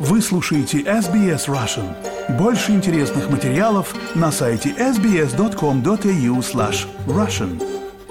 Вы слушаете SBS Russian. Больше интересных материалов на сайте sbs.com.au/russian.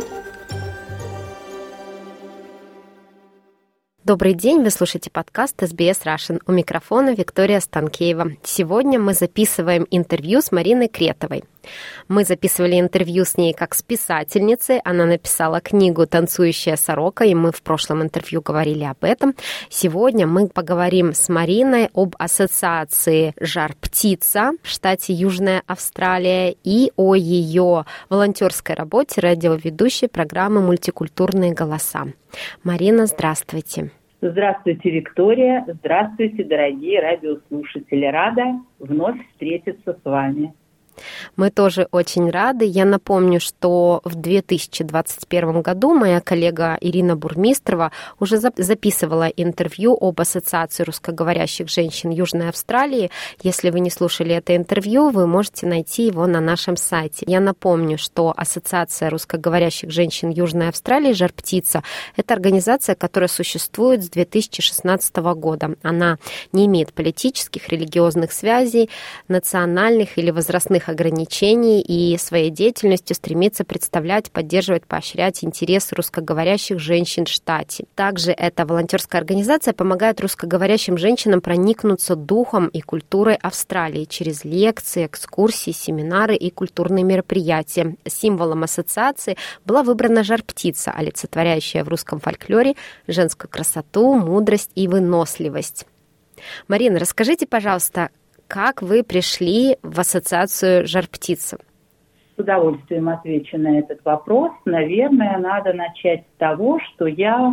Добрый день, вы слушаете подкаст SBS Russian. У микрофона Виктория Станкеева. Сегодня мы записываем интервью с Мариной Кретовой. Мы записывали интервью с ней как с писательницей. Она написала книгу «Танцующая сорока», и мы в прошлом интервью говорили об этом. Сегодня мы поговорим с Мариной об ассоциации «Жар-птица» в штате Южная Австралия и о ее волонтерской работе радиоведущей программы «Мультикультурные голоса». Марина, здравствуйте. Здравствуйте, Виктория. Здравствуйте, дорогие радиослушатели. Рада вновь встретиться с вами. Мы тоже очень рады. Я напомню, что в 2021 году моя коллега Ирина Бурмистрова уже записывала интервью об Ассоциации русскоговорящих женщин Южной Австралии. Если вы не слушали это интервью, вы можете найти его на нашем сайте. Я напомню, что Ассоциация русскоговорящих женщин Южной Австралии «Жар-птица» — это организация, которая существует с 2016 года. Она не имеет политических, религиозных связей, национальных или возрастных ограничений и своей деятельностью стремится представлять, поддерживать, поощрять интересы русскоговорящих женщин в штате. Также эта волонтерская организация помогает русскоговорящим женщинам проникнуться духом и культурой Австралии через лекции, экскурсии, семинары и культурные мероприятия. Символом ассоциации была выбрана жар-птица, олицетворяющая в русском фольклоре женскую красоту, мудрость и выносливость. Марина, расскажите, пожалуйста, как вы пришли в ассоциацию «Жар-птица»? С удовольствием отвечу на этот вопрос. Наверное, надо начать с того, что я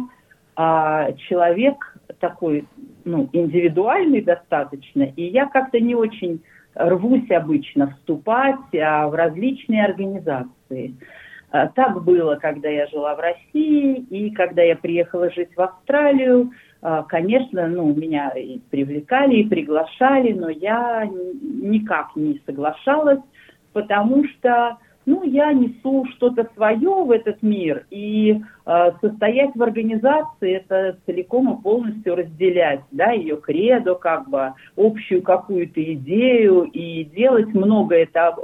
человек такой, индивидуальный достаточно, и я как-то не очень рвусь обычно вступать в различные организации. Так было, когда я жила в России, и когда я приехала жить в Австралию. Конечно, меня и привлекали, и приглашали, но я никак не соглашалась, потому что, я несу что-то свое в этот мир, и состоять в организации — это целиком и полностью разделять, ее кредо, общую какую-то идею, и делать много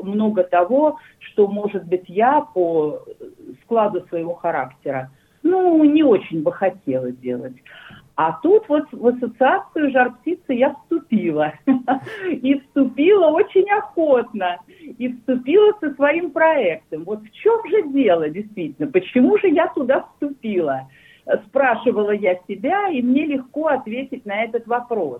того, что, может быть, я по складу своего характера, не очень бы хотела делать. А тут вот в ассоциацию «Жар-птица» я вступила. И вступила очень охотно. И вступила со своим проектом. Вот в чем же дело, действительно? Почему же я туда вступила? Спрашивала я себя, и мне легко ответить на этот вопрос.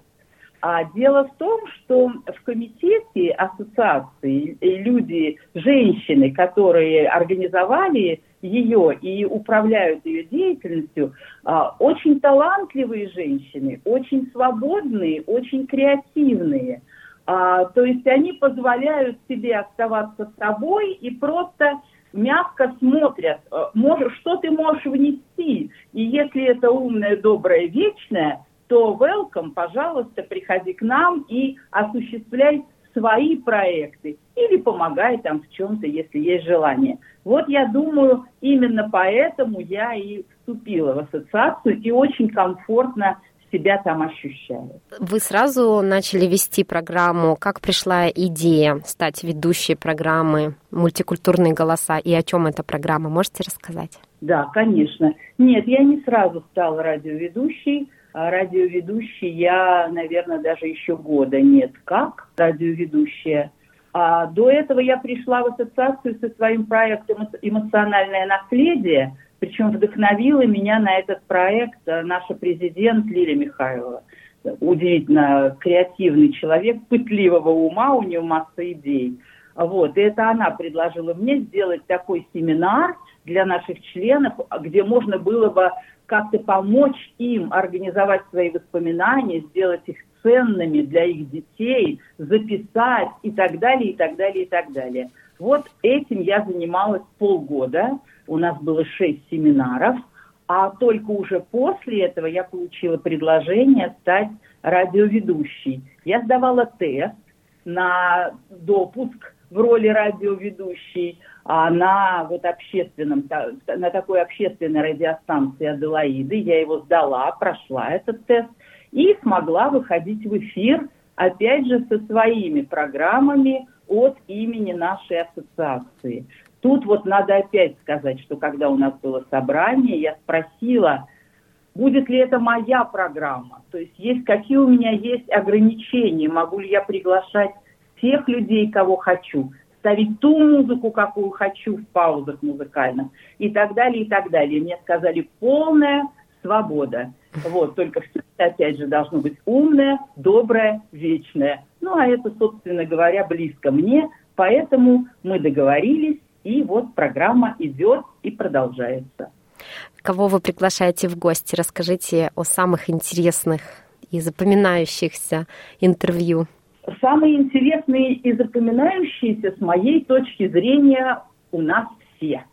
А дело в том, что в комитете ассоциации люди, женщины, которые организовали ее и управляют ее деятельностью, очень талантливые женщины, очень свободные, очень креативные. То есть они позволяют себе оставаться собой и просто мягко смотрят, что ты можешь внести. И если это умное, доброе, вечное, то welcome, пожалуйста, приходи к нам и осуществляй свои проекты или помогай там в чем-то, если есть желание. Вот я думаю, именно поэтому я и вступила в ассоциацию и очень комфортно себя там ощущаю. Вы сразу начали вести программу. Как пришла идея стать ведущей программы «Мультикультурные голоса» и о чем эта программа? Можете рассказать? Да, конечно. Нет, я не сразу стала радиоведущей. Радиоведущей я, наверное, даже еще года нет как радиоведущая. До этого я пришла в ассоциацию со своим проектом «Эмоциональное наследие», причем вдохновила меня на этот проект наша президент Лилия Михайлова. Удивительно креативный человек, пытливого ума, у нее масса идей. И это она предложила мне сделать такой семинар для наших членов, где можно было бы как-то помочь им организовать свои воспоминания, сделать их ценными для их детей, записать и так далее, и так далее, и так далее. Вот этим я занималась полгода. У нас было 6 семинаров, а только уже после этого я получила предложение стать радиоведущей. Я сдавала тест на допуск в роли радиоведущей, на такой общественной радиостанции Аделаиды. Я его сдала, прошла этот тест и смогла выходить в эфир, опять же, со своими программами от имени нашей ассоциации. Тут вот надо опять сказать, что когда у нас было собрание, я спросила, будет ли это моя программа, то есть какие у меня есть ограничения, могу ли я приглашать тех людей, кого хочу, ставить ту музыку, какую хочу в паузах музыкальных и так далее, и так далее. Мне сказали, полная свобода. Вот, только все это, опять же, должно быть умное, доброе, вечное. Ну, а это, собственно говоря, близко мне, поэтому мы договорились, и вот программа идет и продолжается. Кого вы приглашаете в гости? Расскажите о самых интересных и запоминающихся интервью. Самые интересные и запоминающиеся, с моей точки зрения, у нас все.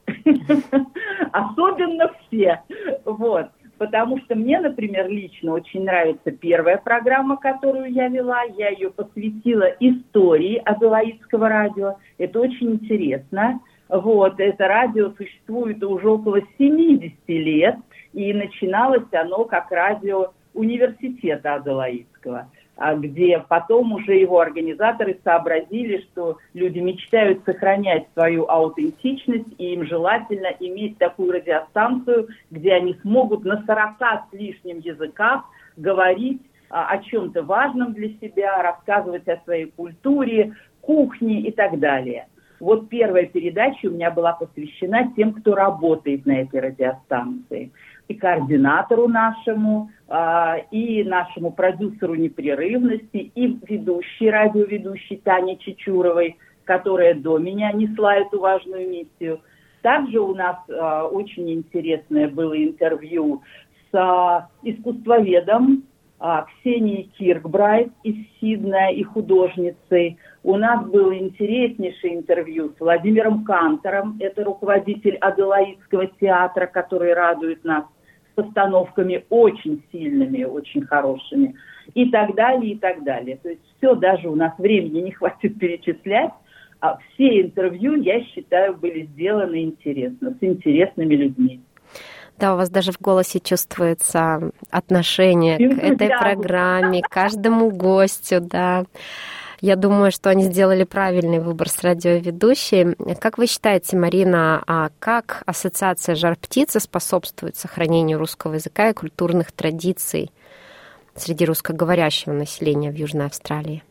Особенно все. Вот. Потому что мне, например, лично очень нравится первая программа, которую я вела. Я ее посвятила истории Аделаидского радио. Это очень интересно. Вот, это радио существует уже около 70 лет, и начиналось оно как радио университета Аделаидского, где потом уже его организаторы сообразили, что люди мечтают сохранять свою аутентичность, и им желательно иметь такую радиостанцию, где они смогут на 40 с лишним языках говорить о чем-то важном для себя, рассказывать о своей культуре, кухне и так далее. Вот первая передача у меня была посвящена тем, кто работает на этой радиостанции. И координатору нашему, и нашему продюсеру «Непрерывности», и радиоведущей Тане Чечуровой, которая до меня несла эту важную миссию. Также у нас очень интересное было интервью с искусствоведом Ксенией Киркбрайт из Сиднея и художницей. У нас было интереснейшее интервью с Владимиром Кантором, это руководитель Аделаидского театра, который радует нас постановками очень сильными, очень хорошими, и так далее, и так далее. То есть все, даже у нас времени не хватит перечислять, а все интервью, я считаю, были сделаны интересно, с интересными людьми. Да, у вас даже в голосе чувствуется отношение к этой программе, к каждому гостю, да. Я думаю, что они сделали правильный выбор с радиоведущей. Как вы считаете, Марина, как Ассоциация «Жар-птица» способствует сохранению русского языка и культурных традиций среди русскоговорящего населения в Южной Австралии?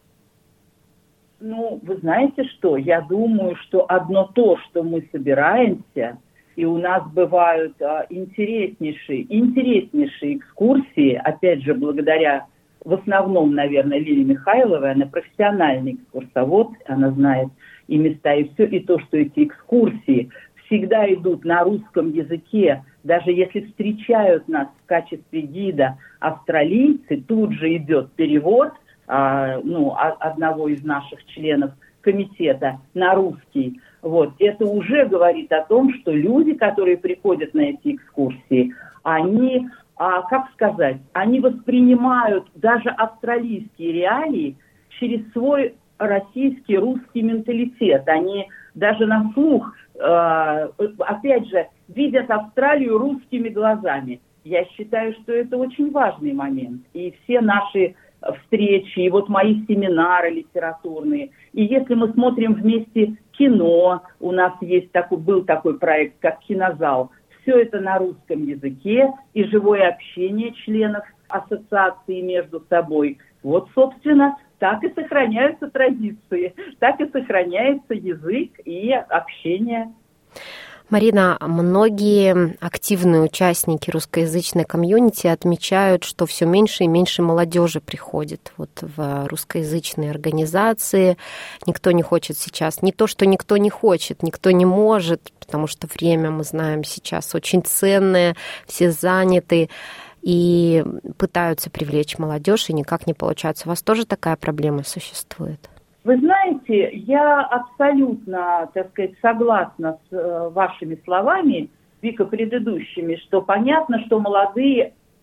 Ну, вы знаете что? Я думаю, что одно то, что мы собираемся, и у нас бывают интереснейшие экскурсии, опять же, благодаря в основном, наверное, Лиле Михайловой, она профессиональный экскурсовод, она знает и места, и все, и то, что эти экскурсии всегда идут на русском языке, даже если встречают нас в качестве гида австралийцы, тут же идет перевод одного из наших членов комитета на русский. Вот. Это уже говорит о том, что люди, которые приходят на эти экскурсии, они, они воспринимают даже австралийские реалии через свой российский, русский менталитет. Они даже на слух, опять же, видят Австралию русскими глазами. Я считаю, что это очень важный момент. И все наши встречи, и вот мои семинары литературные. И если мы смотрим вместе кино, у нас был такой проект, как «Кинозал», все это на русском языке, и живое общение членов ассоциации между собой. Вот, собственно, так и сохраняются традиции, так и сохраняется язык и общение. Марина, многие активные участники русскоязычной комьюнити отмечают, что все меньше и меньше молодежи приходит в русскоязычные организации. Никто не хочет сейчас, не то, что никто не хочет, никто не может, потому что время, мы знаем, сейчас очень ценное, все заняты и пытаются привлечь молодежь, и никак не получается. У вас тоже такая проблема существует? Вы знаете, я абсолютно, согласна с вашими словами, Вика, предыдущими, что понятно, что молодые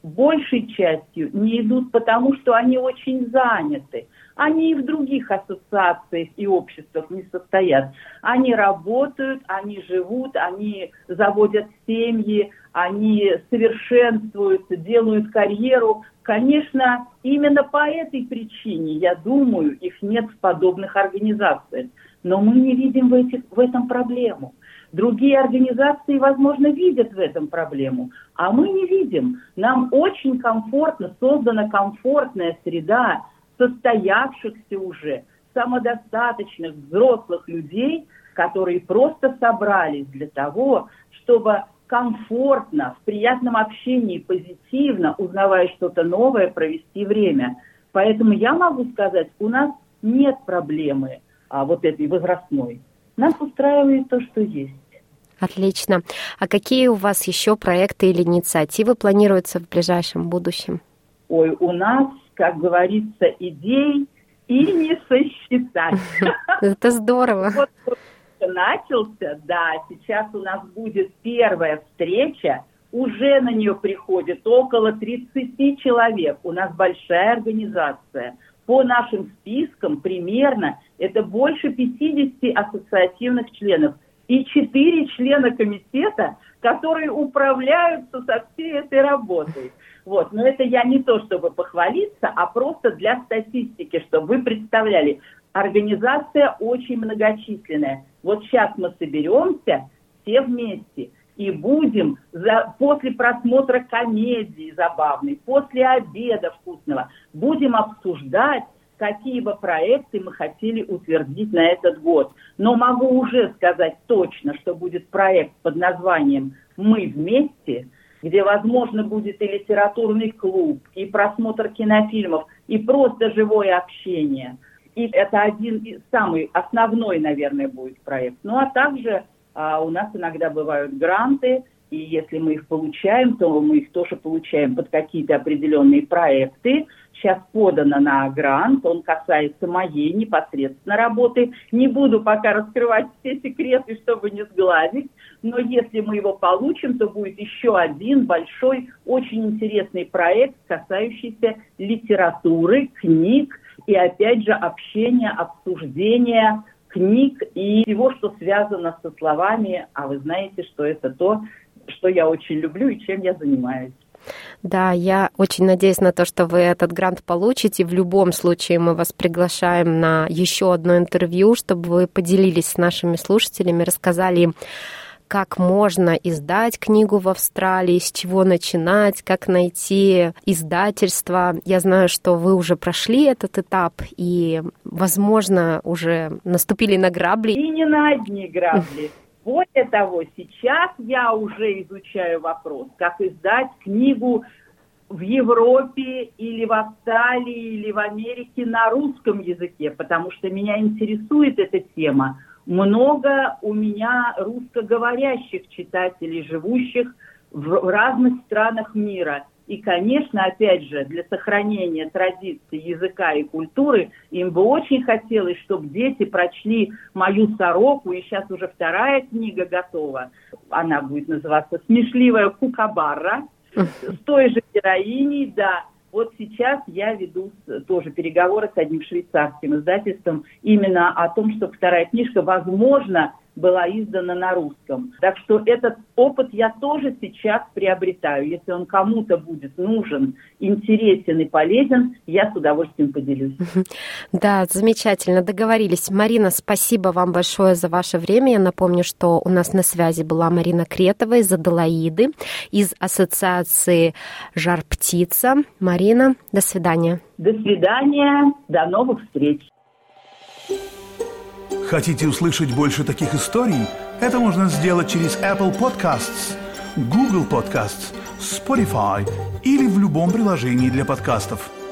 большей частью не идут потому, что они очень заняты. Они и в других ассоциациях и обществах не состоят. Они работают, они живут, они заводят семьи, они совершенствуются, делают карьеру. Конечно, именно по этой причине, я думаю, их нет в подобных организациях. Но мы не видим в этом проблему. Другие организации, возможно, видят в этом проблему, а мы не видим. Нам очень комфортно, создана комфортная среда состоявшихся уже, самодостаточных, взрослых людей, которые просто собрались для того, чтобы комфортно, в приятном общении, позитивно, узнавая что-то новое, провести время. Поэтому я могу сказать, у нас нет проблемы вот этой возрастной. Нас устраивает то, что есть. Отлично. А какие у вас еще проекты или инициативы планируются в ближайшем будущем? Ой, у нас, как говорится, идей и не сосчитать. Это здорово. Вот начался, да, сейчас у нас будет первая встреча, уже на нее приходит около 30 человек. У нас большая организация. По нашим спискам примерно это больше 50 ассоциативных членов и 4 члена комитета, которые управляются со всей этой работой. Вот. Но это я не то, чтобы похвалиться, а просто для статистики, чтобы вы представляли. Организация очень многочисленная. Вот сейчас мы соберемся все вместе и будем после просмотра комедии забавной, после обеда вкусного, будем обсуждать, какие бы проекты мы хотели утвердить на этот год. Но могу уже сказать точно, что будет проект под названием «Мы вместе», где, возможно, будет и литературный клуб, и просмотр кинофильмов, и просто живое общение. И это один из самый основной, наверное, будет проект. Ну, а также у нас иногда бывают гранты, и если мы их получаем, то мы их тоже получаем под какие-то определенные проекты. Сейчас подано на грант, он касается моей непосредственно работы. Не буду пока раскрывать все секреты, чтобы не сглазить, но если мы его получим, то будет еще один большой, очень интересный проект, касающийся литературы, книг и, опять же, общения, обсуждения книг и всего, что связано со словами. А вы знаете, что это то, что я очень люблю и чем я занимаюсь. Да, я очень надеюсь на то, что вы этот грант получите. В любом случае мы вас приглашаем на еще одно интервью, чтобы вы поделились с нашими слушателями, рассказали им, как можно издать книгу в Австралии, с чего начинать, как найти издательство. Я знаю, что вы уже прошли этот этап и, возможно, уже наступили на грабли. И не на одни грабли. Более того, сейчас я уже изучаю вопрос, как издать книгу в Европе или в Австралии или в Америке на русском языке, потому что меня интересует эта тема. Много у меня русскоговорящих читателей, живущих в разных странах мира. И, конечно, опять же, для сохранения традиций языка и культуры им бы очень хотелось, чтобы дети прочли «Мою сороку», и сейчас уже вторая книга готова. Она будет называться «Смешливая кукабара», с той же героиней, да. Вот сейчас я веду тоже переговоры с одним швейцарским издательством именно о том, что вторая книжка, возможно, была издана на русском. Так что этот опыт я тоже сейчас приобретаю. Если он кому-то будет нужен, интересен и полезен, я с удовольствием поделюсь. Да, замечательно, договорились. Марина, спасибо вам большое за ваше время. Я напомню, что у нас на связи была Марина Кретова из Аделаиды, из ассоциации «Жар-птица». Марина, до свидания. До свидания, до новых встреч. Хотите услышать больше таких историй? Это можно сделать через Apple Podcasts, Google Podcasts, Spotify или в любом приложении для подкастов.